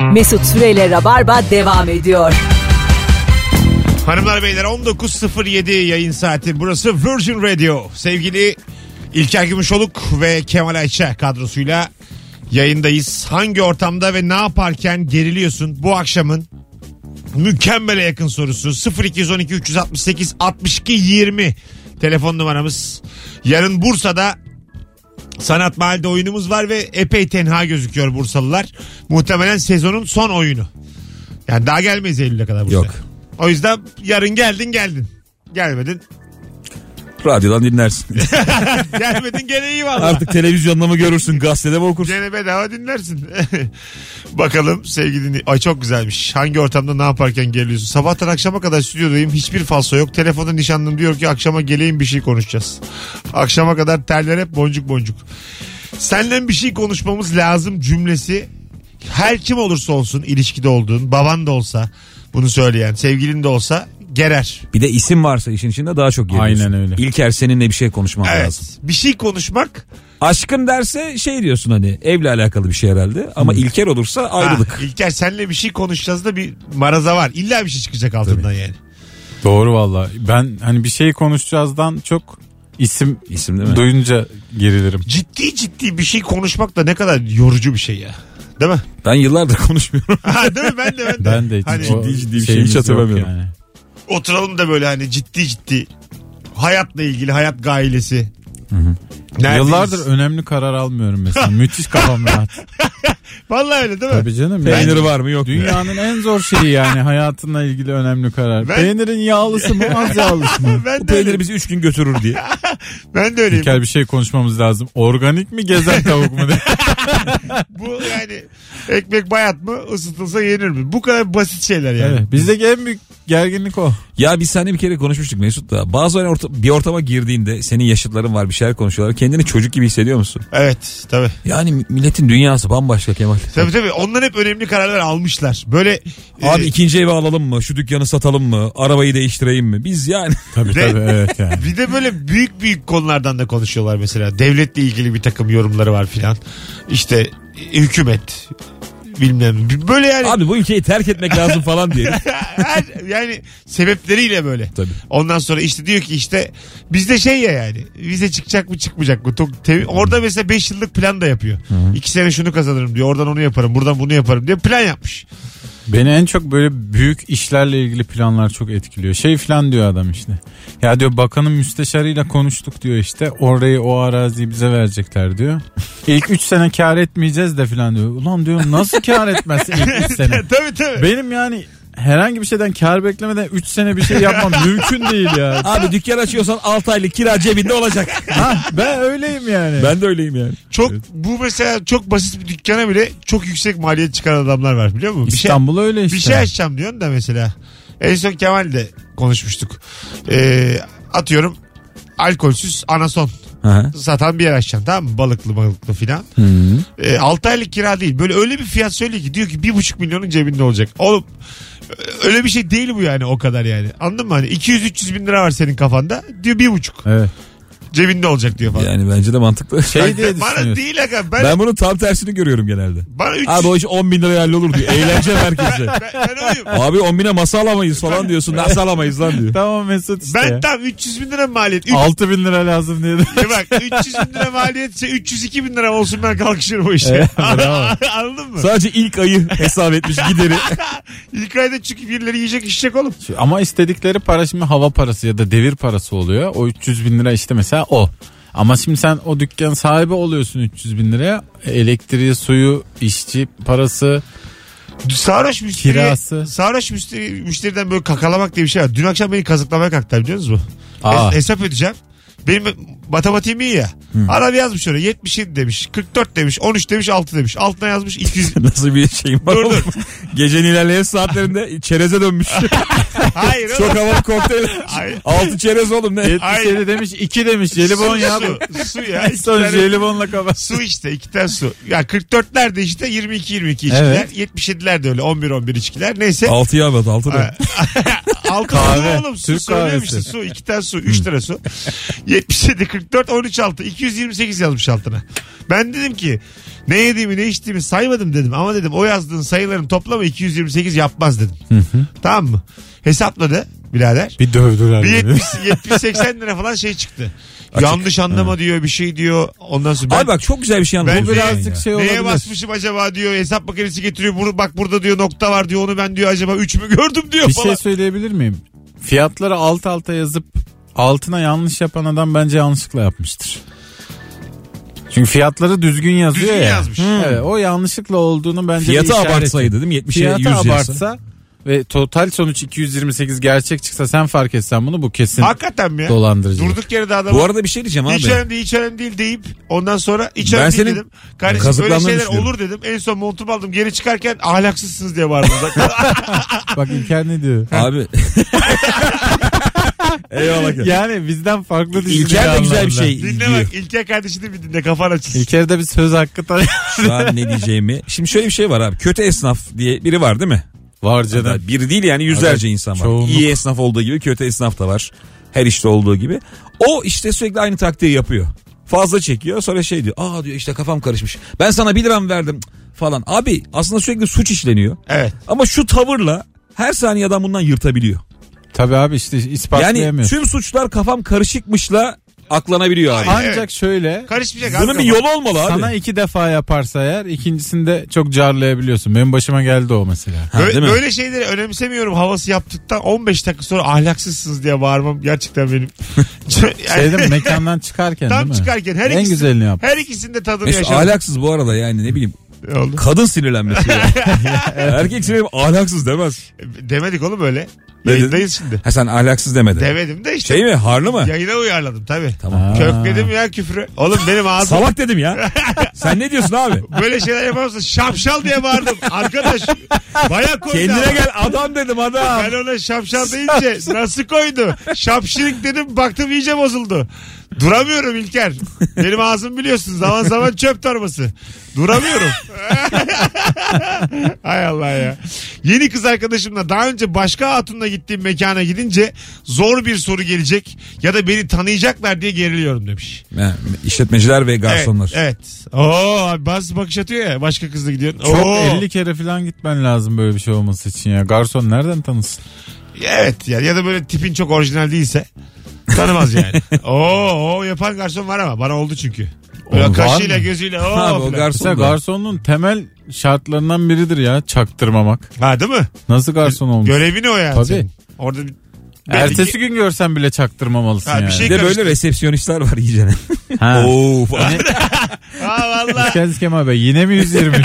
Mesut Süreyle Rabarba devam ediyor. Hanımlar beyler 19.07 yayın saati. Burası Virgin Radio. Sevgili İlker Gümüşoluk ve Kemal Ayça kadrosuyla yayındayız. Hangi ortamda ve ne yaparken geriliyorsun? Bu akşamın mükemmele yakın sorusu. 0212 368 62 20 telefon numaramız. Yarın Bursa'da Sanat Mahal'de oyunumuz var ve epey tenha gözüküyor Bursalılar. Muhtemelen sezonun son oyunu. Yani daha gelmeyiz Eylül'e kadar Bursa. Yok. O yüzden yarın geldin. Gelmedin. Radyodan dinlersin. Gelmedin gene iyi valla. Artık televizyonda mı görürsün, gazetede mi okursun? Gene bedava dinlersin. Bakalım sevgili ay çok güzelmiş. Hangi ortamda ne yaparken geliyorsun? Sabahtan akşama kadar stüdyodayım. Hiçbir falso yok. Telefonda nişanlım diyor ki akşama geleyim bir şey konuşacağız. Akşama kadar teller hep boncuk boncuk. Senden bir şey konuşmamız lazım cümlesi. Her kim olursa olsun ilişkide olduğun, baban da olsa bunu söyleyen, sevgilin de olsa gerer. Bir de isim varsa işin içinde daha çok geliyorsun. Aynen öyle. İlker seninle bir şey konuşman lazım. Bir şey konuşmak. Aşkım derse şey diyorsun hani evle alakalı bir şey herhalde. Ama İlker olursa ayrılık. İlker senle bir şey konuşacağız da bir maraza var. İlla bir şey çıkacak altından yani. Doğru valla. Ben hani bir şey konuşacağızdan çok isim değil mi? Duyunca gerilirim. Ciddi bir şey konuşmak da ne kadar yorucu bir şey ya. Değil mi? Ben yıllardır konuşmuyorum. Değil mi? Ben de. Ben de hani, ciddi bir şey hiç hatırlamıyorum. Yani. Oturalım da böyle hani ciddi hayatla ilgili hayat gailesi. Yıllardır önemli karar almıyorum mesela. Müthiş kafam rahat. Vallahi öyle değil mi? Tabii canım. Peyniri var mı yok mu? Dünyanın en zor şeyi yani hayatınla ilgili önemli karar. Peynirin yağlısı mı az yağlısı mı? Ben Bu peyniri bizi 3 gün götürür diye. Ben de öyleyim. İlker bir şey konuşmamız lazım. Organik mi gezen tavuk mu diye. Bu yani ekmek bayat mı ısıtılsa yenir mi? Bu kadar basit şeyler yani. Evet, bizdeki en büyük gerginlik o. Ya biz seninle bir kere konuşmuştuk Mesut da. Bazen bir ortama girdiğinde senin yaşıtların var bir şeyler konuşuyorlar. Kendini çocuk gibi hissediyor musun? Evet tabii. Yani milletin dünyası bambaşka Kemal. Tabii. Onlar hep önemli kararlar almışlar. Böyle abi ikinci evi alalım mı? Şu dükkanı satalım mı? Arabayı değiştireyim mi? Biz yani. Tabii evet yani. Bir de böyle büyük konulardan da konuşuyorlar mesela. Devletle ilgili bir takım yorumları var filan. İşte hükümet bilmem böyle yani. Abi bu ülkeyi terk etmek lazım falan diye. Yani sebepleriyle böyle. Tabii. Ondan sonra işte diyor ki işte bizde şey ya yani vize çıkacak mı çıkmayacak mı? Orada mesela 5 yıllık plan da yapıyor. 2 sene şunu kazanırım diyor. Oradan onu yaparım. Buradan bunu yaparım diye plan yapmış. Beni en çok böyle büyük işlerle ilgili planlar çok etkiliyor. Şey falan diyor adam işte. Ya diyor bakanın müsteşarıyla konuştuk diyor işte. Orayı o araziyi bize verecekler diyor. İlk 3 sene kar etmeyeceğiz de falan diyor. Ulan diyorum nasıl kar etmezsin ilk 3 sene? Tabii. Benim yani herhangi bir şeyden kar beklemeden 3 sene bir şey yapmam mümkün değil ya. Abi dükkan açıyorsan 6 aylık kira cebinde olacak. Ben öyleyim yani. Ben de öyleyim yani. Bu mesela çok basit bir dükkana bile çok yüksek maliyet çıkaran adamlar var biliyor musun? İstanbul öyle işte. Bir şey açacağım diyorsun da mesela. En son Kemal'le konuşmuştuk. Atıyorum alkolsüz anason satan bir yer açacaksın tamam mı? Balıklı filan. 6 aylık kira değil. Böyle öyle bir fiyat söylüyor ki diyor ki 1,5 milyonun cebinde olacak. Oğlum öyle bir şey değil bu yani o kadar yani. Anladın mı? Hani 200-300 bin lira var senin kafanda. Diyor 1,5. Evet. Cebinde olacak diyor falan. Yani bence de mantıklı. Şey diye bana değil aga. Ben bunun tam tersini görüyorum genelde. Bana 300... Abi o iş 10 bin liraya hallolur diyor. Eğlence merkezi. ben oyum. Abi 10 bine masa alamayız falan diyorsun. Nasıl alamayız lan diyor. Tamam Mesut işte. Ben tam 300 bin lira maliyet. 6 bin lira lazım diye. Bak 300 bin lira maliyetse 302 bin lira olsun ben kalkışırım o işe. Anladın mı? Sadece ilk ayı hesap etmiş gideri. İlk ayda çünkü birileri yiyecek içecek oğlum. Ama istedikleri para şimdi hava parası ya da devir parası oluyor. O 300 bin lira işte mesela o. Ama şimdi sen o dükkan sahibi oluyorsun 300 bin liraya. Elektriği, suyu, işçi parası, sarhoş müşteri, kirası. Sarhoş müşteriden böyle kakalamak diye bir şey var. Dün akşam beni kazıklamaya kalktılar biliyor musunuz bu? Hesap ödeyeceğim. Benim matematiğim iyi ya. Adam yazmış oraya 77 demiş, 44 demiş, 13 demiş, 6 demiş. Altına yazmış 200. Nasıl bir şeyim var? Dur. Gecenin ilerleyen saatlerinde çereze dönmüş. Hayır. Çok havalı kokteyl. 6 çerez oğlum ne? 77 demiş 2 demiş jelibon ya bu. Su ya. Son jelibonla kapat. Su işte 2 tane su. Ya 44'lerde işte 22 içkiler. Evet. 77'lerde öyle 11 içkiler. Neyse. 6'ya bat 6 da. Altı Kahve, su oğlum. Su Türk söylüyorum kahvesi. işte. Su. 2 tane su. 3 tane su. 77 44 13 6. 228 yazmış altına. Ben dedim ki ne yediğimi ne içtiğimi saymadım dedim. Ama dedim o yazdığın sayıların toplamı 228 yapmaz dedim. Tamam mı? Hesapladı birader. Bir dövdüler. Bir beni. 70-80 lira falan şey çıktı. Yanlış anlama diyor, bir şey diyor. Ondan sonra Abi bak çok güzel bir şey anladın. Ben Bu birazcık şey neye olabilir. basmışım acaba diyor. Hesap makinesi getiriyor. Bak burada diyor nokta var diyor. Onu ben diyor acaba 3 mü gördüm diyor Bir falan. şey söyleyebilir miyim? Fiyatları alt alta yazıp altına yanlış yapan adam bence yanlışlıkla yapmıştır. Çünkü fiyatları düzgün yazıyor Düzgün ya. yazmış. Evet, o yanlışlıkla olduğunu bence Fiyatı bir işareti. abartsaydı değil mi? 70'e 100 Fiyatı yazsa. abartsa ve total sonuç 228 gerçek çıksa sen fark etsen bunu bu kesin Hakikaten mi ya? dolandırıcı. Durduk yere de adam. Bu arada bir şey diyeceğim hiç abi. önemli değil, hiç önemli değil deyip ondan sonra hiç Ben önemli değil senin dedim. Kardeşim böyle kazıklandığını şeyler düşünüyorum. olur dedim. En son montumu aldım. Geri çıkarken ahlaksızsınız diye bağırdım zaten. Bak İlker ne diyor? Abi. Eyvallah. Yani bizden farklı düşünüyor. İlker de güzel bir anlamda. şey Dinle diyor. bak. İlker kardeşini bir dinle. Kafan açılsın. İlker'de bir söz hakkı tanıyor. Şu an ne diyeceğimi. Şimdi şöyle bir şey var abi. Kötü esnaf diye biri var değil mi? Var Hatta canım. biri değil yani yüzlerce Evet, insan var. çoğunluk. İyi esnaf olduğu gibi kötü esnaf da var. Her işte olduğu gibi. O işte sürekli aynı taktiği yapıyor. Fazla çekiyor sonra şey diyor. Aa diyor işte kafam karışmış. Ben sana 1 liram verdim falan. Abi aslında sürekli suç işleniyor. Evet. Ama şu tavırla her saniye adam bundan yırtabiliyor. Tabii abi işte Yani ispatlayamıyorsun. tüm suçlar kafam karışıkmışla aklanabiliyor abi. Aynen. Ancak şöyle Karışmayacak abi. Bunun bir yolu olmalı abi. sana 2 defa yaparsa eğer ikincisinde çok carlayabiliyorsun. Benim başıma geldi o mesela. Ha, değil mi? Böyle şeyleri önemsemiyorum havası yaptıktan 15 dakika sonra ahlaksızsınız diye bağırmam gerçekten benim. Yani Şeyde mekandan çıkarken tam değil mi? çıkarken her En güzelini yap. Her ikisinde tadını Mesut yaşadım. ahlaksız bu arada yani ne bileyim. Ne oldu? Kadın sinirlenmesi ya. Erkek sinirlenmesi ahlaksız demez. Demedik oğlum öyle. Ne Yayındayız şimdi. Ha sen ahlaksız demedin. Demedim de işte. Şey mi harlı mı? Yayına uyarladım tabii. Tamam. Kökledim ya küfrü. Oğlum benim ağzım Salak dedim ya. Sen ne diyorsun abi? böyle şeyler yapamazsın. Şapşal diye bağırdım. Arkadaş baya koydu. Kendine ama. gel adam dedim adam. Ben ona şapşal deyince nasıl koydu? Şapşirik dedim baktım iyice bozuldu. Duramıyorum İlker. Benim ağzım biliyorsun zaman zaman çöp torbası. Duramıyorum. Hay Allah ya. Yeni kız arkadaşımla daha önce başka hatunla gittiğim mekana gidince zor bir soru gelecek ya da beni tanıyacaklar diye geriliyorum demiş. Ha, İşletmeciler ve garsonlar. Evet. Oo, bazı bakış atıyor ya başka kızla gidiyorsun. Çok Oo. 50 kere falan gitmen lazım böyle bir şey olması için ya. Garson nereden tanısın? Evet ya da böyle tipin çok orijinal değilse tanımaz yani. Oo yapan garson var ama bana oldu çünkü. Böyle Var kaşıyla mı? gözüyle Abi o filan. garson Mesela da. garsonluğun temel şartlarından biridir ya çaktırmamak. Ha değil mi? Nasıl garson olmuş? Görevini o yani. Tabii. senin. Orada bir- Ertesi gün görsen bile çaktırmamalısın Ha, bir yani. şey- Bir de böyle karıştı. resepsiyonistler var iyicene. Ha. Oo falan. Ha valla. Kendisi Kemal Bey yine mi 123?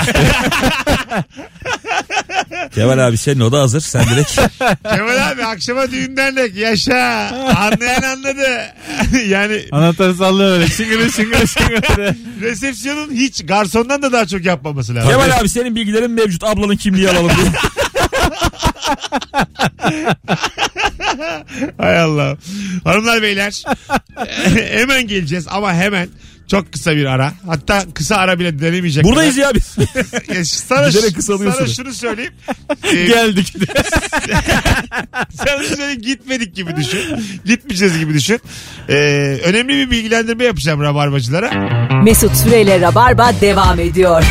Kemal abi senin o da hazır. Sen direkt Kemal abi akşama düğün dernek yaşa. Anlayan anladı. Yani Anahtarı sallıyor öyle şıngırı şıngırı şıngırı. resepsiyonun hiç garsondan da daha çok yapmaması lazım. Kemal abi senin bilgilerin mevcut. Ablanın kimliği alalım diye. Hay Allah. Hanımlar beyler hemen geleceğiz ama hemen çok kısa bir ara. Hatta kısa ara bile denemeyecek. Buradayız ya biz. Ya sana, Giderek kısalıyorsun. sana şunu söyleyeyim. Geldik. Sana şunu söyleyeyim gitmedik gibi düşün. Gitmeyeceğiz gibi düşün. Önemli bir bilgilendirme yapacağım rabarbacılara. Mesut Süreyle Rabarba devam ediyor.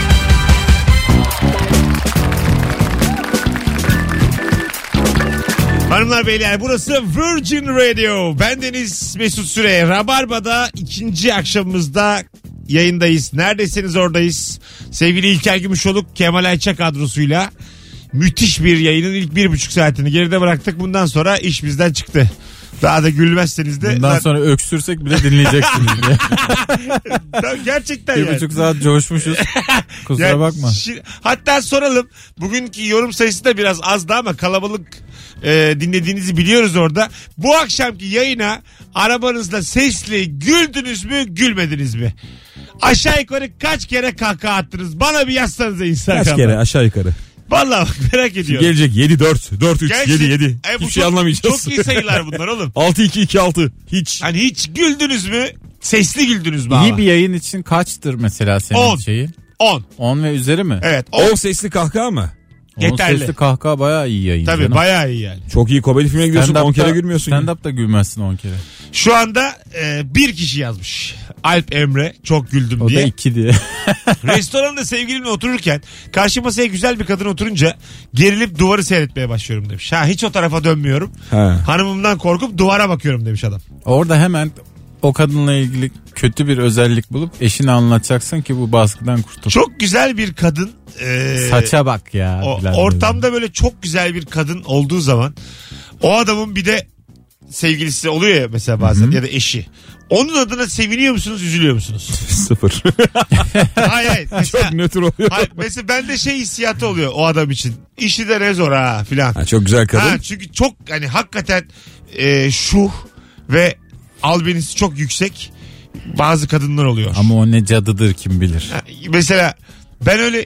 Hanımlar beyler burası Virgin Radio. Bendeniz Mesut Süre. Rabarba'da ikinci akşamımızda yayındayız. Neredesiniz oradayız. Sevgili İlker Gümüşoluk, Kemal Ayça kadrosuyla müthiş bir yayının ilk 1,5 saatini geride bıraktık. Bundan sonra iş bizden çıktı. Daha da gülmezseniz de. Bundan sonra öksürsek bile dinleyeceksiniz diye. Gerçekten Bir yani. buçuk saat coşmuşuz. Kusura Yani bakma. hatta soralım. Bugünkü yorum sayısı da biraz azdı ama kalabalık dinlediğinizi biliyoruz orada. Bu akşamki yayına arabanızda sesli güldünüz mü gülmediniz mi? Aşağı yukarı kaç kere kahkaha attınız? Bana bir yazsanıza Instagram'da. Kaç kere aşağı yukarı. Vallahi bak merak ediyorum. Gelecek 7-4, 4-3, Gerçi- 7-7. bu Hiçbir şey çok- anlamayacağız. Çok iyi sayılar bunlar oğlum. 6-2-2-6. Hiç. Hani hiç güldünüz mü? Sesli güldünüz mü? İyi bir yayın için kaçtır mesela senin 10. şeyin? 10. 10 ve üzeri mi? Evet. 10. O sesli kahkaha mı? Onun Yeterli. sesli kahkaha bayağı iyi yayın. Tabii canım. bayağı iyi yani. Çok iyi komedi filmine gidiyorsun 10 kere gülmüyorsun. Stand-up da gülmezsin 10 kere. Şu anda bir kişi yazmış. Alp Emre, çok güldüm O diye. da 2 diye. Restoranda sevgilimle otururken karşı masaya güzel bir kadın oturunca gerilip duvarı seyretmeye başlıyorum demiş. Hiç o tarafa dönmüyorum. Hanımımdan korkup duvara bakıyorum demiş adam. Orada hemen o kadınla ilgili kötü bir özellik bulup eşine anlatacaksın ki bu baskıdan kurtul. Çok güzel bir kadın. Saça bak ya. Ortamda böyle çok güzel bir kadın olduğu zaman o adamın bir de sevgilisi oluyor ya mesela bazen, ya da eşi. Onun adına seviniyor musunuz, üzülüyor musunuz? Sıfır. Hayır. Mesela, Çok nötr oluyor. hayır, mesela bende hissiyatı oluyor o adam için. İşi de ne zor filan. Çok güzel kadın. Çünkü çok hani hakikaten şuh ve albenisi çok yüksek bazı kadınlar oluyor. Ama o ne cadıdır kim bilir. Mesela ben öyle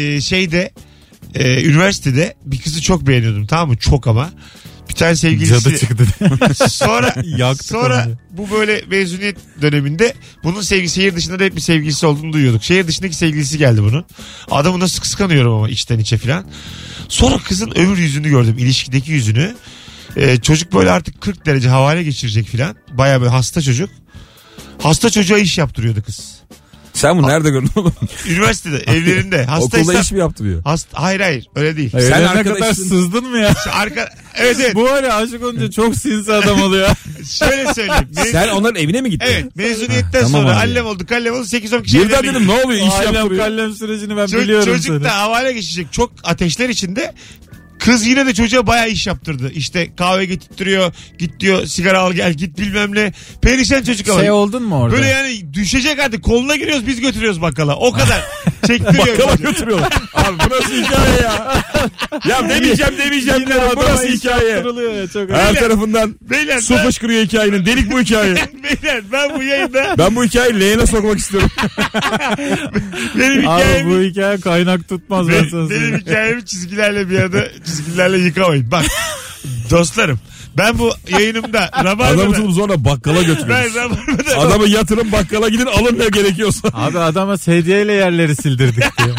üniversitede bir kızı çok beğeniyordum, tamam mı? Çok ama. Bir tane sevgilisi. Cadı çıktı. Sonra bu böyle mezuniyet döneminde bunun şehir dışında da hep bir sevgilisi olduğunu duyuyorduk. Şehir dışındaki sevgilisi geldi bunun. Adamı nasıl kıskanıyorum ama içten içe filan. Sonra kızın öbür yüzünü gördüm. İlişkideki yüzünü. Çocuk böyle artık 40 derece havale geçirecek filan. Baya böyle hasta çocuk. Hasta çocuğa iş yaptırıyordu kız. Sen bunu nerede gördün oğlum? Üniversitede, evlerinde. Okulda iş mi yaptırıyor? Hayır öyle değil. Sen ne arkadaşsın. kadar sızdın mı ya? Evet. Bu var ya, aşık olunca çok sinsi adam oluyor. Şöyle söyleyeyim. Sen onların evine mi gittin? Evet, mezuniyetten Tamam sonra abi. allem olduk 8-10 kişi. Birden dedim ne oluyor iş Ailem yaptırıyor. kallem sürecini ben biliyorum. Çocuk seni. da havale geçecek. Çok ateşler içinde. Kız yine de çocuğa bayağı iş yaptırdı. İşte kahve getirtiyor. Git diyor, sigara al gel, git bilmem ne. Perişan çocuk ama. Oldun mu orada? Böyle yani düşecek artık. Koluna giriyoruz, biz götürüyoruz bakkala. O kadar. Çektiriyor. Bakkala çocuğu. götürüyorlar. Abi bu nasıl hikaye ya? Ya demeyeceğim Yine dedim. Bu adama nasıl iş hikaye? yaptırılıyor ya, çok Her tarafından Beyler, su fışkırıyor hikayenin. Delik bu hikaye. Beyler ben bu yayında Ben bu hikayeyi leğene sokmak istiyorum. benim Abi hikayemi bu hikaye kaynak tutmaz ben sana benim söyleyeyim. hikayemi çizgilerle yıkamayın. Bak dostlarım, ben bu yayınımda Adamı Rabarba'da tutup sonra bakkala götürüyoruz. ben Rabarba'da Adamı yatırın bakkala gidin alın ne gerekiyorsa. Abi adama sedyeyle yerleri sildirdik diyor.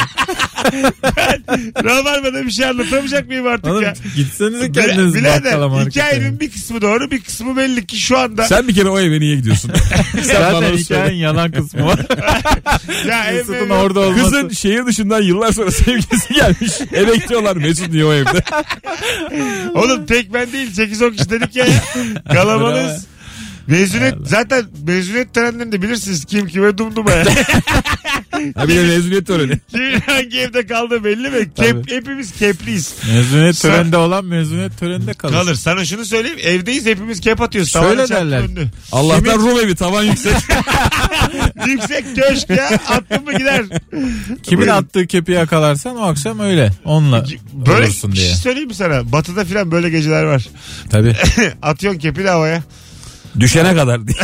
Rabarba'da bir şey anlatamayacak mıyım artık Oğlum ya? gitsenize kendiniz Birader, bakkala markete. hikayenin bir kısmı doğru, bir kısmı belli ki şu anda. Sen bir kere o eve niye gidiyorsun? Sen bana Zaten onu hikayenin söyle. yalan kısmı var. Ya Mesut'un orada olması. Kızın şehir dışından yıllar sonra sevgilisi gelmiş. Eve gidiyorlar Mesut niye o evde? Oğlum tek ben değil, 8-10 kişi dedik ya. Kalabalığız. Mezuniyet zaten mezuniyet törenlerinde bilirsiniz kim kime dumduma ya. Ha bir de mezuniyet töreni. Kimin hangi evde kaldığı belli mi? Hepimiz kepliyiz. Mezuniyet Sen- töreninde olan mezuniyet töreninde kalır. Kalır. Sana şunu söyleyeyim. Evdeyiz, hepimiz kep atıyoruz. Şöyle Tavana çarptı derler. önünü. Allah'tan Rum evi tavan yüksek. Yüksek köşk ya. Attın mı gider. Kimin attığı kepi yakalarsan o akşam öyle. Onunla Böyle olursun bir diye. şey söyleyeyim mi sana? Batı'da filan böyle geceler var. Tabii. Atıyorsun kepi de havaya. Düşene kadar diye.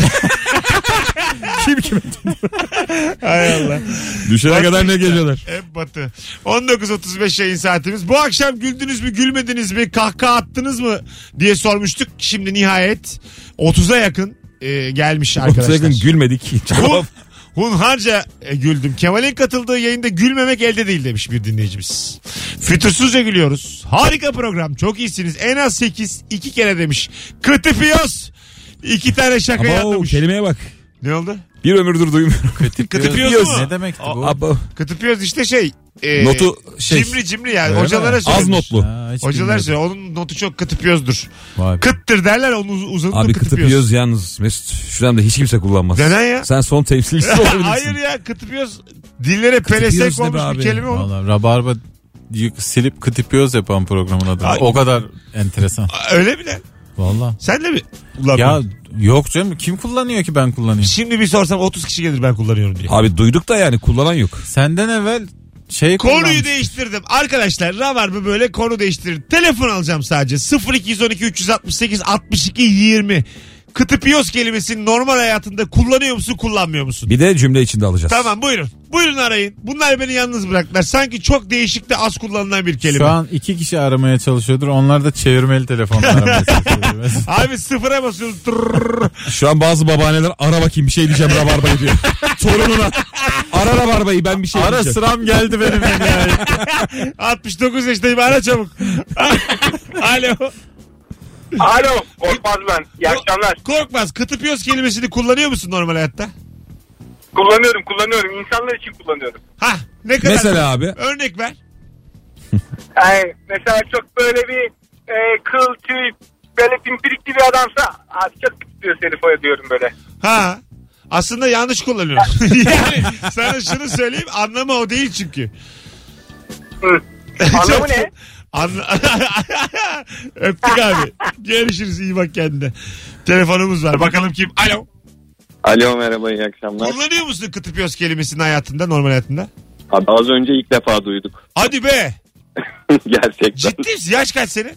Kim kime? Hay Allah. Düşene Batı kadar ne işte. geceler? Hep Batı. 19.35 yayın saatimiz. Bu akşam güldünüz mü, gülmediniz mi, kahkaha attınız mı diye sormuştuk. Şimdi nihayet 30'a yakın gelmiş arkadaşlar. Yakın gülmedik. Hunharca güldüm. Kemal'in katıldığı yayında gülmemek elde değil demiş bir dinleyicimiz. Fütursuzca gülüyoruz. Harika program. Çok iyisiniz. En az 8, 2 kere demiş. Kıtıpıyoruz. 2 tane şakayı Ama o anlamış. kelimeye bak. Ne oldu? Bir ömürdür duymuyorum. Kıtıpıyoruz mu? Ne demekti bu? Abo. Kıtıpıyoruz işte Notu şey. cimri yani. Öyle Hocalara mi? söylemiş. Az notlu. Ha, hiç Hocalar bilmiyordum. söylüyor. Onun notu çok kıtıpıyozdur. Vay be. Kıttır derler, onu uzanıp Abi da kıtıp kıtıpıyoruz. yiyoruz yalnız Mesut. Şuradan da hiç kimse kullanmaz. Neden ya? Sen son temsilcisi olabilirsin. Hayır ya, kıtıpıyoruz. Dillere Kıtıpıyoruz pelesek ne be olmuş abi? bir kelime o. Valla Rabarba silip kıtıpıyoruz yapan programın adı. Ay. O kadar enteresan. Öyle mi lan? Valla. Sen de mi? Ya yok canım, kim kullanıyor ki ben kullanayım? Şimdi bir sorsam 30 kişi gelir ben kullanıyorum diye. Abi duyduk da yani kullanan yok. Senden evvel Konuyu kullanmış. değiştirdim. Arkadaşlar Rabarba böyle konu değiştirir. Telefon alacağım sadece. 0212 368 62 20. Kıtıpiyos kelimesini normal hayatında kullanıyor musun, kullanmıyor musun? Bir de cümle içinde alacağız. Tamam, buyurun. Buyurun arayın. Bunlar beni yalnız bıraktılar. Sanki çok değişik de az kullanılan bir kelime. Şu an 2 kişi aramaya çalışıyordur. Onlar da çevirmeli telefonla aramaya çalışıyordur. Abi sıfıra basıyorsun. Tırrrr. Şu an bazı babaanneler ara bakayım bir şey diyeceğim Rabarba'yı diyor. Torununa. Ara Rabarba'yı ben bir şey Ara diyeceğim. sıram geldi benim ya. 69 yaşındayım, ara çabuk. Alo. Alo, Korkmaz ben. İyi akşamlar. Korkmaz. Kıtıpiyos kelimesini kullanıyor musun normal hayatta? Kullanıyorum. İnsanlar için kullanıyorum. Hah, ne kadar? Mesela abi. Örnek ver. Yani mesela çok böyle bir kıl, tüy, böyle pimpirikli bir adamsa abi çok tutuyor seni diyorum böyle. Ha. Aslında yanlış kullanıyorsun. Yani sana şunu söyleyeyim, anlamı o değil çünkü. Hı. Anlamı ne? Öptük abi. Görüşürüz, iyi bak kendine. Telefonumuz var. Bakalım kim? Alo. Alo, merhaba, iyi akşamlar. Kullanıyor musun kıtıpiyos kelimesini hayatında, normal hayatında? Abi az önce ilk defa duyduk. Hadi be. Gerçekten. Ciddi misin? Yaş kaç senin?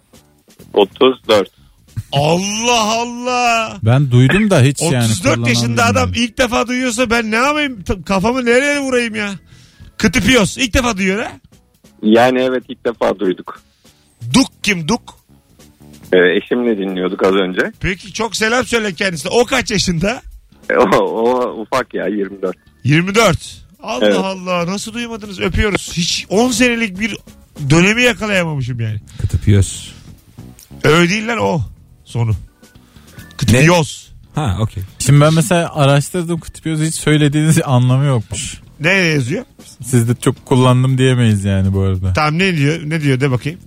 34. Allah Allah. Ben duydum da hiç yani. 34 yaşında adam ilk defa duyuyorsa ben ne yapayım? Kafamı nereye vurayım ya? Kıtıpiyos. İlk defa duyuyor ha? Yani evet, ilk defa duyduk. Duk kim Duk? Eşimle dinliyorduk az önce. Peki çok selam söyle kendisine. O kaç yaşında? O ufak ya, 24. 24. Allah Evet. Allah, nasıl duymadınız? Öpüyoruz. Hiç 10 senelik bir dönemi yakalayamamışım yani. Kıtıpiyos. Öyle değil lan o sonu. Kıtıpiyos. Ha okey. Şimdi ben mesela araştırdım, kıtıpiyos hiç söylediğiniz anlamı yokmuş. Ne yazıyor? Siz de çok kullandım diyemeyiz yani bu arada. Tam ne diyor? Ne diyor de bakayım.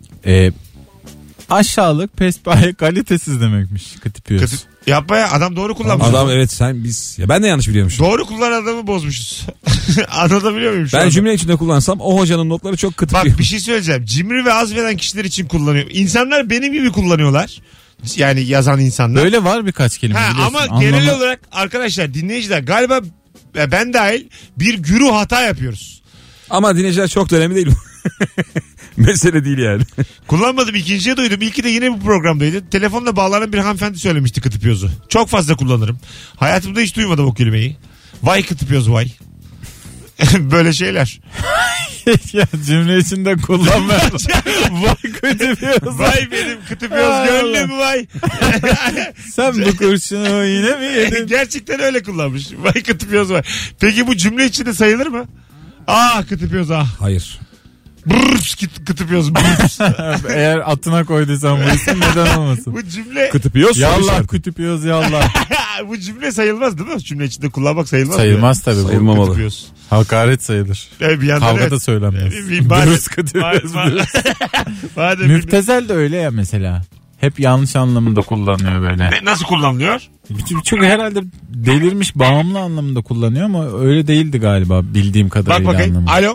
Aşağılık, pespaye, kalitesiz demekmiş kıtıpiyos. Yapma ya, adam doğru kullanmış. Adam evet ya ben de yanlış biliyormuşum. Doğru kullanan adamı bozmuşuz. Anlatabiliyor muyum şu Ben anda? cümle içinde kullansam o hocanın notları çok Bak kıtıpıyor. bir şey söyleyeceğim. Cimri ve az veren kişiler için kullanıyor. İnsanlar benim gibi kullanıyorlar. Yani yazan insanlar. Böyle var birkaç kelime biliyorsun. Ama genel olarak arkadaşlar, dinleyiciler galiba ben dahil bir güruh hata yapıyoruz. Ama dinleyiciler çok da önemli değil bu. Mesele değil yani. Kullanmadım, ikinciye duydum. İlki de yine bu programdaydı. Telefonla bağlanan bir hanımefendi söylemişti kıtıpiyozu. Çok fazla kullanırım. Hayatımda hiç duymadım o kelimeyi. Vay kıtıpiyoz vay. Böyle şeyler. ya cümle içinde kullanma. Vay kıtıpiyos. Vay benim kıtıpiyoz gönlüm vay. Sen bu kurşunu yine mi yedin? Gerçekten öyle kullanmış. Vay kıtıpiyoz vay. Peki bu cümle içinde sayılır mı? Kıtıpiyoz ah. Hayır. Brrrs kıtıpiyoz. Brrrs. Eğer atına koyduysan bu isim neden olmasın? Bu cümle Kıtıpiyos. Yallah kıtıpiyos yallah. bu cümle sayılmaz değil mi? Cümle içinde kullanmak sayılmaz. Sayılmaz tabii. Sayılmamalı. Kıtıpiyoz. Hakaret sayılır. Bir yandan Kavga evet. da söylenmez. Madem- Dürüst kıtıpiyos. Madem Müptezel de öyle ya mesela. Hep yanlış anlamında kullanıyor böyle. nasıl kullanılıyor? Çünkü herhalde delirmiş, bağımlı anlamında kullanıyor ama öyle değildi galiba bildiğim Bak kadarıyla bakayım. anlamı. Alo.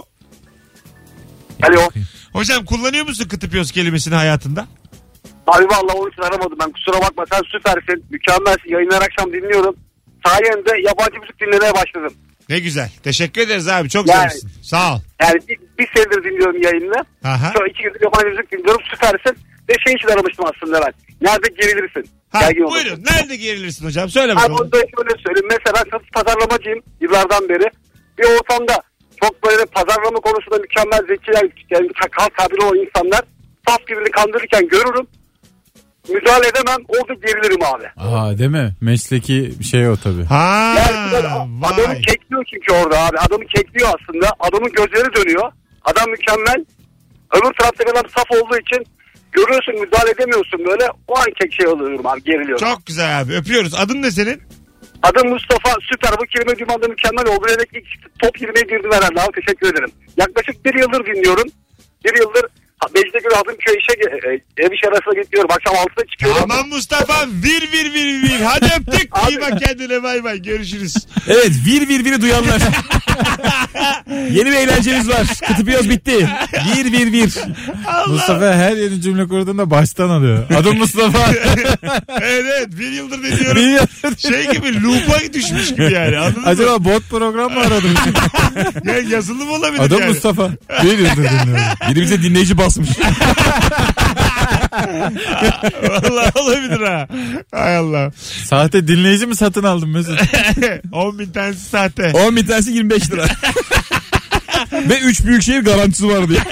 Alo. Hocam kullanıyor musun kıtıpiyoz kelimesini hayatında? Abi vallahi onun için aramadım ben. Kusura bakma, sen süpersin. Mükemmelsin. Yayınlar akşam dinliyorum. Sayende yabancı müzik dinlemeye başladım. Ne güzel. Teşekkür ederiz abi. Çok Yani- güzelsin. Sağ ol. Yani bir senedir dinliyorum yayını. Aha. Şu 2 gündür yabancı müzik dinliyorum. Süpersin. Ve şey için aramıştım aslında ben. Nerede gerilirsin? Gergin olursun. Buyurun. Nerede gerilirsin hocam? Söyle Abi bakalım. onu da şöyle söyleyeyim. Mesela ben satış pazarlamacıyım yıllardan beri. Bir ortamda çok böyle pazarlama konusunda mükemmel zekiler, yani halk tabiri olan insanlar saf birbirini kandırırken görürüm. Müdahale edemem. Orada gerilirim abi. Değil mi? Mesleki şey o tabii. Yani böyle adamı Vay. kekliyor çünkü orada abi. Adamı kekliyor aslında. Adamın gözleri dönüyor. Adam mükemmel. Öbür taraftaki adam saf olduğu için görüyorsun, müdahale edemiyorsun böyle. O an şey oluyorum abi, geriliyorum. Çok güzel abi. Öpüyoruz. Adın ne senin? Adım Mustafa, süper. Bu kelime dümanda mükemmel oldu. Evet, ilk top 20'ye girdim herhalde abi, teşekkür ederim. Yaklaşık 1 yıldır dinliyorum. 1 yıldır Beşiktaş Hadımköy ev iş arasına gidiyorum. Akşam 6'da çıkıyorum. Tamam Mustafa. Vir. Hadi öptük. İyi bak kendine, bay bay. Görüşürüz. Evet vir duyanlar. Yeni bir eğlencemiz var. Kıtıpiyoz bitti. Vir. Mustafa her yeni cümle kurduğunda baştan alıyor. Adım Mustafa. Evet 1 yıldır dinliyorum. Şey gibi loop'a düşmüş gibi yani. Anladın mı? Acaba bot program mı aradım? Ya yazılı mı olabilir Adım yani? Mustafa. Bir yıldır dinliyorum. Biri bize dinleyici basmış. Vallahi olabilir ha. Hay Allah. Sahte dinleyici mi satın aldın Mesut? 10.000 tanesi sahte. 10.000 tanesi 25 lira. Ve 3 büyükşehir garantisi var diye.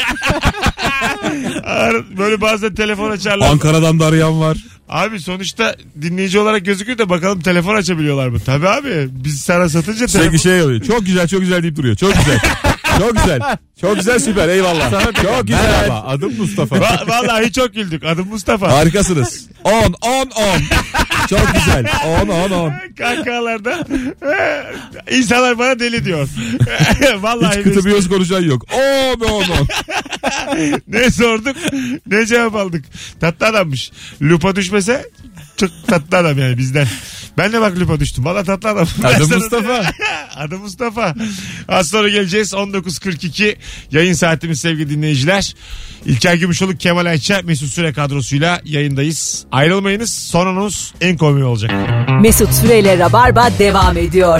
Böyle bazen telefon açarlar. Ankara'dan da arayan var. Abi sonuçta dinleyici olarak gözüküyor da bakalım telefon açabiliyorlar mı? Tabii abi. Biz sana satınca Sürekli şey oluyor. Çok güzel deyip duruyor. Çok güzel. Çok güzel. Çok güzel, süper, eyvallah. Çok güzel. Merhaba, adım Mustafa. Vallahi çok güldük. Adım Mustafa. Harikasınız. 10. Çok güzel. 10. Kahkahalarda insanlar bana deli diyor. Vallahi Hiç kıtı biyoz konuşan yok. 10. Ne sorduk ne cevap aldık. Tatlı adammış. Lupa düşmese çok tatlı adam yani bizden. Ben de bak lupa düştüm. Valla tatlı adam. Adım Mustafa. Adım Mustafa. Az sonra geleceğiz. 19.42 yayın saatimiz sevgili dinleyiciler. İlker Gümüşoluk, Kemal Ayça, Mesut Süre kadrosuyla yayındayız. Ayrılmayınız. Son anons en komik olacak. Mesut Süreyle Rabarba devam ediyor.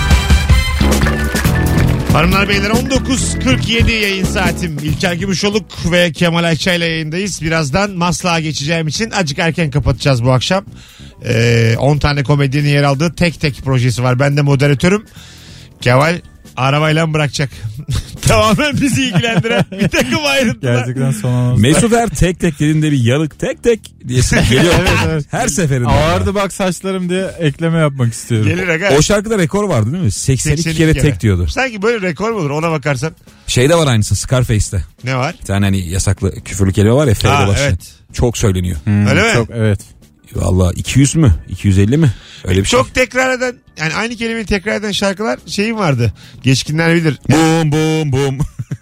Hanımlar beyler 19.47 yayın saatim. İlker Gümüşoluk ve Kemal Ayça ile yayındayız. Birazdan Maslak'a geçeceğim için azıcık erken kapatacağız bu akşam. 10 tane komedyenin yer aldığı tek projesi var. Ben de moderatörüm. Kemal arabayla bırakacak. Tamamen bizi ilgilendiren bir takım ayrıntılar. Gerçekten son anonsta. Mesut her tek dediğinde bir yanık tek diye geliyor. Evet. Her seferinde. Ağırdı bak saçlarım diye ekleme yapmak istiyorum. Gelir aga. O şarkıda rekor vardı değil mi? 82 kere tek diyordu. Sanki böyle rekor mu olur ona bakarsan? Şeyde var aynısı, Scarface'te. Ne var? Bir tane hani yasaklı küfürlü kelime var ya, F'de başlıyor. Evet. Çok söyleniyor. Öyle mi? Çok, evet. Valla 200 mü? 250 mi? Öyle bir şey. Çok tekrar eden yani aynı kelimeyi tekrar eden şarkılar şeyim vardı. Geçkinler bilir. Bum bum bum.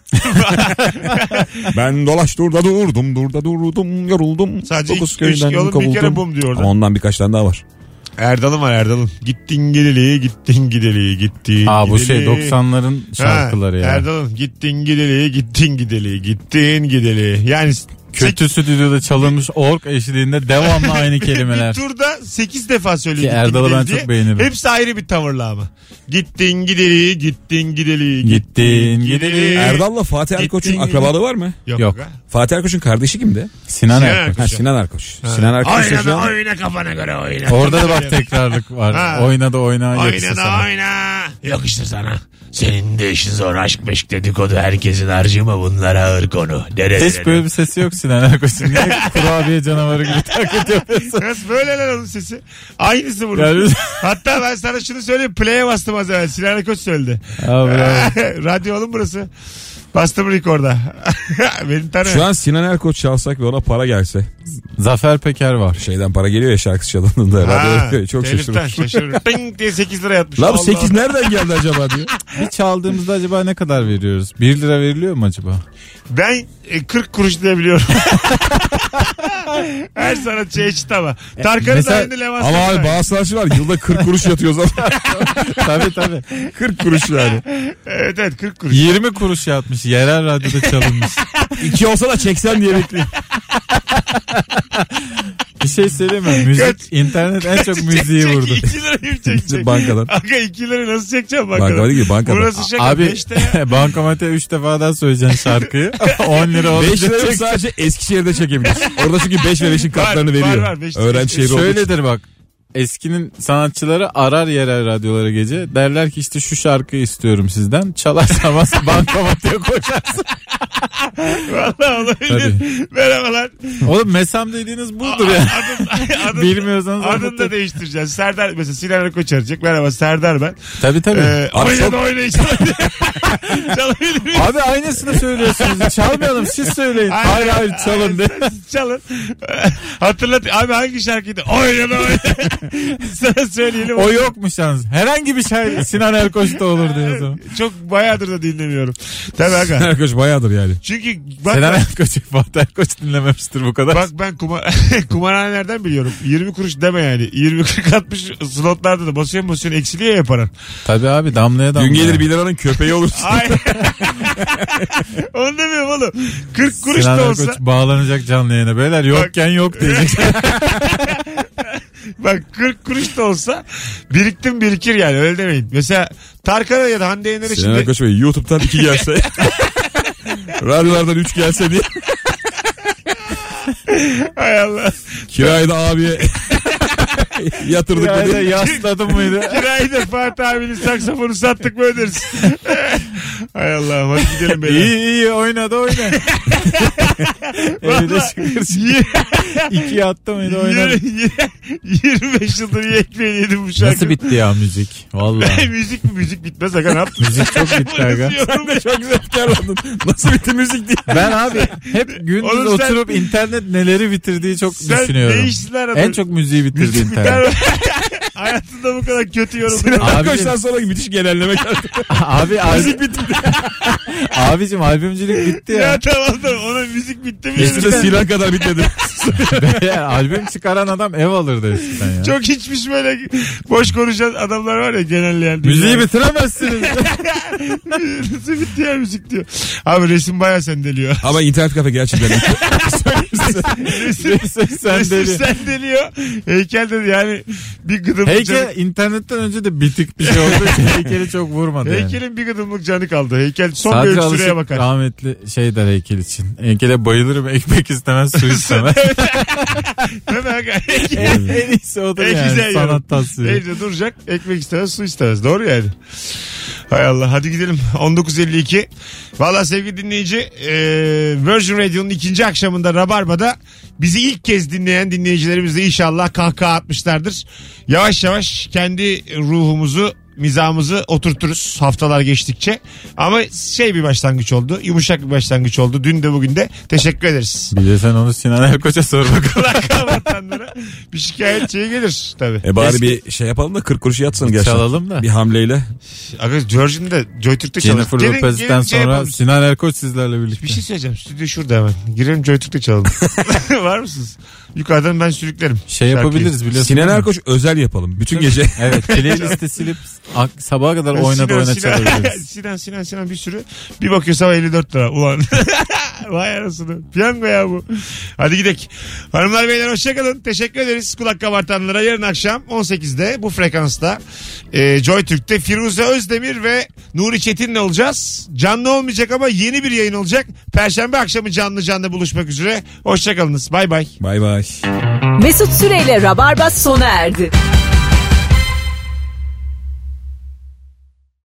Ben durda durdum, yoruldum. Sadece Dokuz üç köyden yolun bir kovuldum. kere bum diyor orada. Ama ondan birkaç tane daha var. Erdal'ım var Erdal'ım. Gittin gideli gittin gideli gittin Bu gideli. şey 90'ların şarkıları ya. Erdal'ım gittin gideli gittin gideli gittin gideli. Yani Kötü stüdyoda çalınmış ork eşliğinde devamlı aynı kelimeler. Bir turda 8 defa söylüyor. Ki Erdal'ı ben çok beğenirim. Hepsi ayrı bir tavırla ama. Gittin gideli gittin gideli. Gittin gideli. Erdal'la Fatih Erkoç'un akrabalığı var mı? Yok. aga. Fatih Erkoç'un kardeşi kimdi? Sinan Sinan Erkoç. Erkoç. Sinan Erkoç. Sinan Erkoç. Oyna şu da an- oyna kafana göre oyna. Orada da bak tekrarlık var. Ha. Oyna da oyna. Oyna yakışır da sana. oyna. Yakıştır sana. Senin de işin zor aşk meşk dedikodu herkesin harcıma bunlar ağır konu. Hiç böyle bir sesi yok Sinan Erkoç'un. Niye kurabiye canavarı gibi taklit yapıyorsun? Nasıl böyle lan onun sesi? Aynısı bunun. Yani- Hatta ben sana şunu söyleyeyim. Play'e bastım az evvel. Sinan Koç söyledi. Abi, Radyo oğlum burası. Bastım rekorda. Beni tanı. Şu an Sinan Erkoç çalsak ve ona para gelse. Zafer Peker var. Şeyden para geliyor ya, şarkı çalındığında. Radyoda çok teliften şaşırır. şaşırır. Ting diye 8 lira yatmış. Lan bu Allah 8 Allah. nereden geldi acaba diyor. Bir çaldığımızda acaba ne kadar veriyoruz? 1 lira veriliyor mu acaba? Ben 40 kuruş diyebiliyorum. Her sanatçı eşit ama. Tarkan'ın mesela- da aynı Levan Ama Sesler. abi bazı sanatçı var yılda 40 kuruş yatıyor zaten. Tabii. 40 kuruş yani. Evet 40 kuruş. 20 kuruş yatmış. Yerel radyoda çalınmış. 2 olsa da çeksen diye bekliyor. Bir şey söyleyeyim mi? Müzik, internet en çok müziği vurdu. 2 lirayı çekecek. Bankadan. Aga 2 lirayı nasıl çekeceğim bankadan? Bankada değil ki, bankadan. Burası şaka Abi 5'te ya. bankamatiğe 3 defadan söyleyeceksin şarkıyı. 10 lira 5 olunca lira çek. sadece Eskişehir'de çekebiliriz. Orada çünkü 5 ve 5'in kartlarını Var, veriyor. var, beş- Öğrenci şehri olduğu için. Şöyledir bak. Eskinin sanatçıları arar yerel radyolara gece. Derler ki işte şu şarkıyı istiyorum sizden. Çalarsamaz bankamatiğe koşarsın. Valla olabilir. Tabii. Merhabalar. Oğlum mesam dediğiniz budur ya. Bilmiyorsanız Adını da anlatın. değiştireceğiz. Serdar mesela Sinan Koç arayacak. Merhaba Serdar ben. Tabii. Abi Oyna çok- da oynayın. Çalabilir miyim? Abi aynısını söylüyorsunuz. Çalmayalım siz söyleyin. Hayır çalın de. Çalın. Hatırlat. Abi hangi şarkıydı? Oyna da oyna. Sana söyleyelim. O yokmuş yalnız. Herhangi bir şey Sinan Erkoç'ta olur diyor o zaman. Çok bayağıdır da dinlemiyorum. Tabii aga. Erkoç bayağıdır yani. Çünkü bak, Sinan Erkoç'u Fatih Erkoç dinlememiştir bu kadar. bak ben kumarhanelerden biliyorum. 20 kuruş deme yani. 20-40-60 slotlarda da basıyorsun eksiliyor ya paran. Tabii abi damlaya Gün damlaya. gelir 1 liranın köpeği olursun. Ay. Onu demiyorum oğlum. 40 kuruş Sinan da olsa. Erkoç bağlanacak canlı yayına. Beyler yokken yok diyecek. Bak 40 kuruş da olsa birikir yani öyle demeyin. Mesela Tarkan'a ya da Hande Yener'e Sinan şimdi Erkoç Bey YouTube'dan 2 gelse. Radyolardan 3 gelse diye. Hay Allah. Kirayı da abiye yatırdık. Ya da dedi. yasladım mıydı? Kirayı da Fatih abinin saksafonu sattık mı öderiz. Hay Allah, hadi gidelim beyler. İyi oynadı oyna. Evde çıkırsın. 2 attı mıydı oynadı. 25 yıldır iyi ekmeğini yedim bu şarkı. Nasıl bitti ya müzik? Vallahi. müzik bitmez aga, ne yaptın? Müzik çok bitti aga. Sen de çok zevklerlandın. Nasıl bitti müzik diye. Ben abi hep gündüz Oğlum sen- oturup internet neleri bitirdiği çok Sen düşünüyorum. değiştiler adam. En çok müziği bitirdi Müzik internet. biter. Hayatında bu kadar kötü yorumlar. Sinan Abicim- Erkoç'tan sonra müthiş genelleme geldi. Abi Müzik bitti. abicim albümcülük bitti Ya ya. tamam da ona müzik bitti mi? Hiçbir de Sinan kadar bitmedi. Ya, albüm çıkaran adam ev alırdı eskiden ya. Çok hiçmiş böyle boş konuşan adamlar var ya genelleyen. Müziği bitiremezsiniz. Nasıl bitti ya müzik diyor. Abi resim bayağı sendeliyor. Ama internet kafe gerçekten bitti. Sen Resim deli. sendeliyor. Heykel de yani bir gıdımlık canı. Heykel internetten önce de bitik bir şey oldu. Heykeli çok vurmadı yani. Heykelin bir gıdımlık canı kaldı. Heykel son bir Sadece süreye alışık bakar. rahmetli şey der heykel için. Heykele bayılırım, ekmek istemez, su istemez. Değil mi aga? en iyisi odur En yani. güzel Sanat yorum. tasviri. Evde duracak, ekmek istemez, su istemez. Doğru yani. Hay Allah, hadi gidelim. 19.52. Valla sevgili dinleyici, Virgin Radio'nun ikinci akşamında Rabarba'da bizi ilk kez dinleyen dinleyicilerimiz de inşallah kahkaha atmışlardır. Yavaş yavaş kendi ruhumuzu, mizahımızı oturturuz haftalar geçtikçe. Ama bir başlangıç oldu. Yumuşak bir başlangıç oldu. Dün de bugün de teşekkür ederiz. Bir de sen onu Sinan Erkoç'a sor bakalım. Kulak vatanlara bir şikayet gelir tabii. Bari bir şey yapalım da 40 kuruşu yatsın gerçekten. Çalalım da. Bir hamleyle. Aga George'un da JoyTürk'te çalalım. Jennifer Lopez'ten sonra yapalım. Sinan Erkoç sizlerle birlikte. Bir şey söyleyeceğim. Stüdyo şurada hemen. Girelim JoyTürk'te çalalım. Var mısınız? Yukarıdan ben sürüklerim. Şey Şarkıyı. yapabiliriz biliyorsun. Sinan değil mi? Erkoç özel yapalım. Bütün gece. Evet, playlisti silip sabaha kadar oyna çalabiliriz. Sinan bir sürü. Bir bakıyor sabah 54 lira. Ulan. Vay arasını. Piyango ya bu. Hadi gidelim. Hanımlar beyler hoşçakalın. Teşekkür ederiz kulak kabartanlara. Yarın akşam 18'de bu frekansta JoyTürk'te Firuze Özdemir ve Nuri Çetin'le olacağız. Canlı olmayacak ama yeni bir yayın olacak. Perşembe akşamı canlı buluşmak üzere. Hoşçakalınız. Bay bay. Bay bay. Mesut Süreyle Rabarba sona erdi.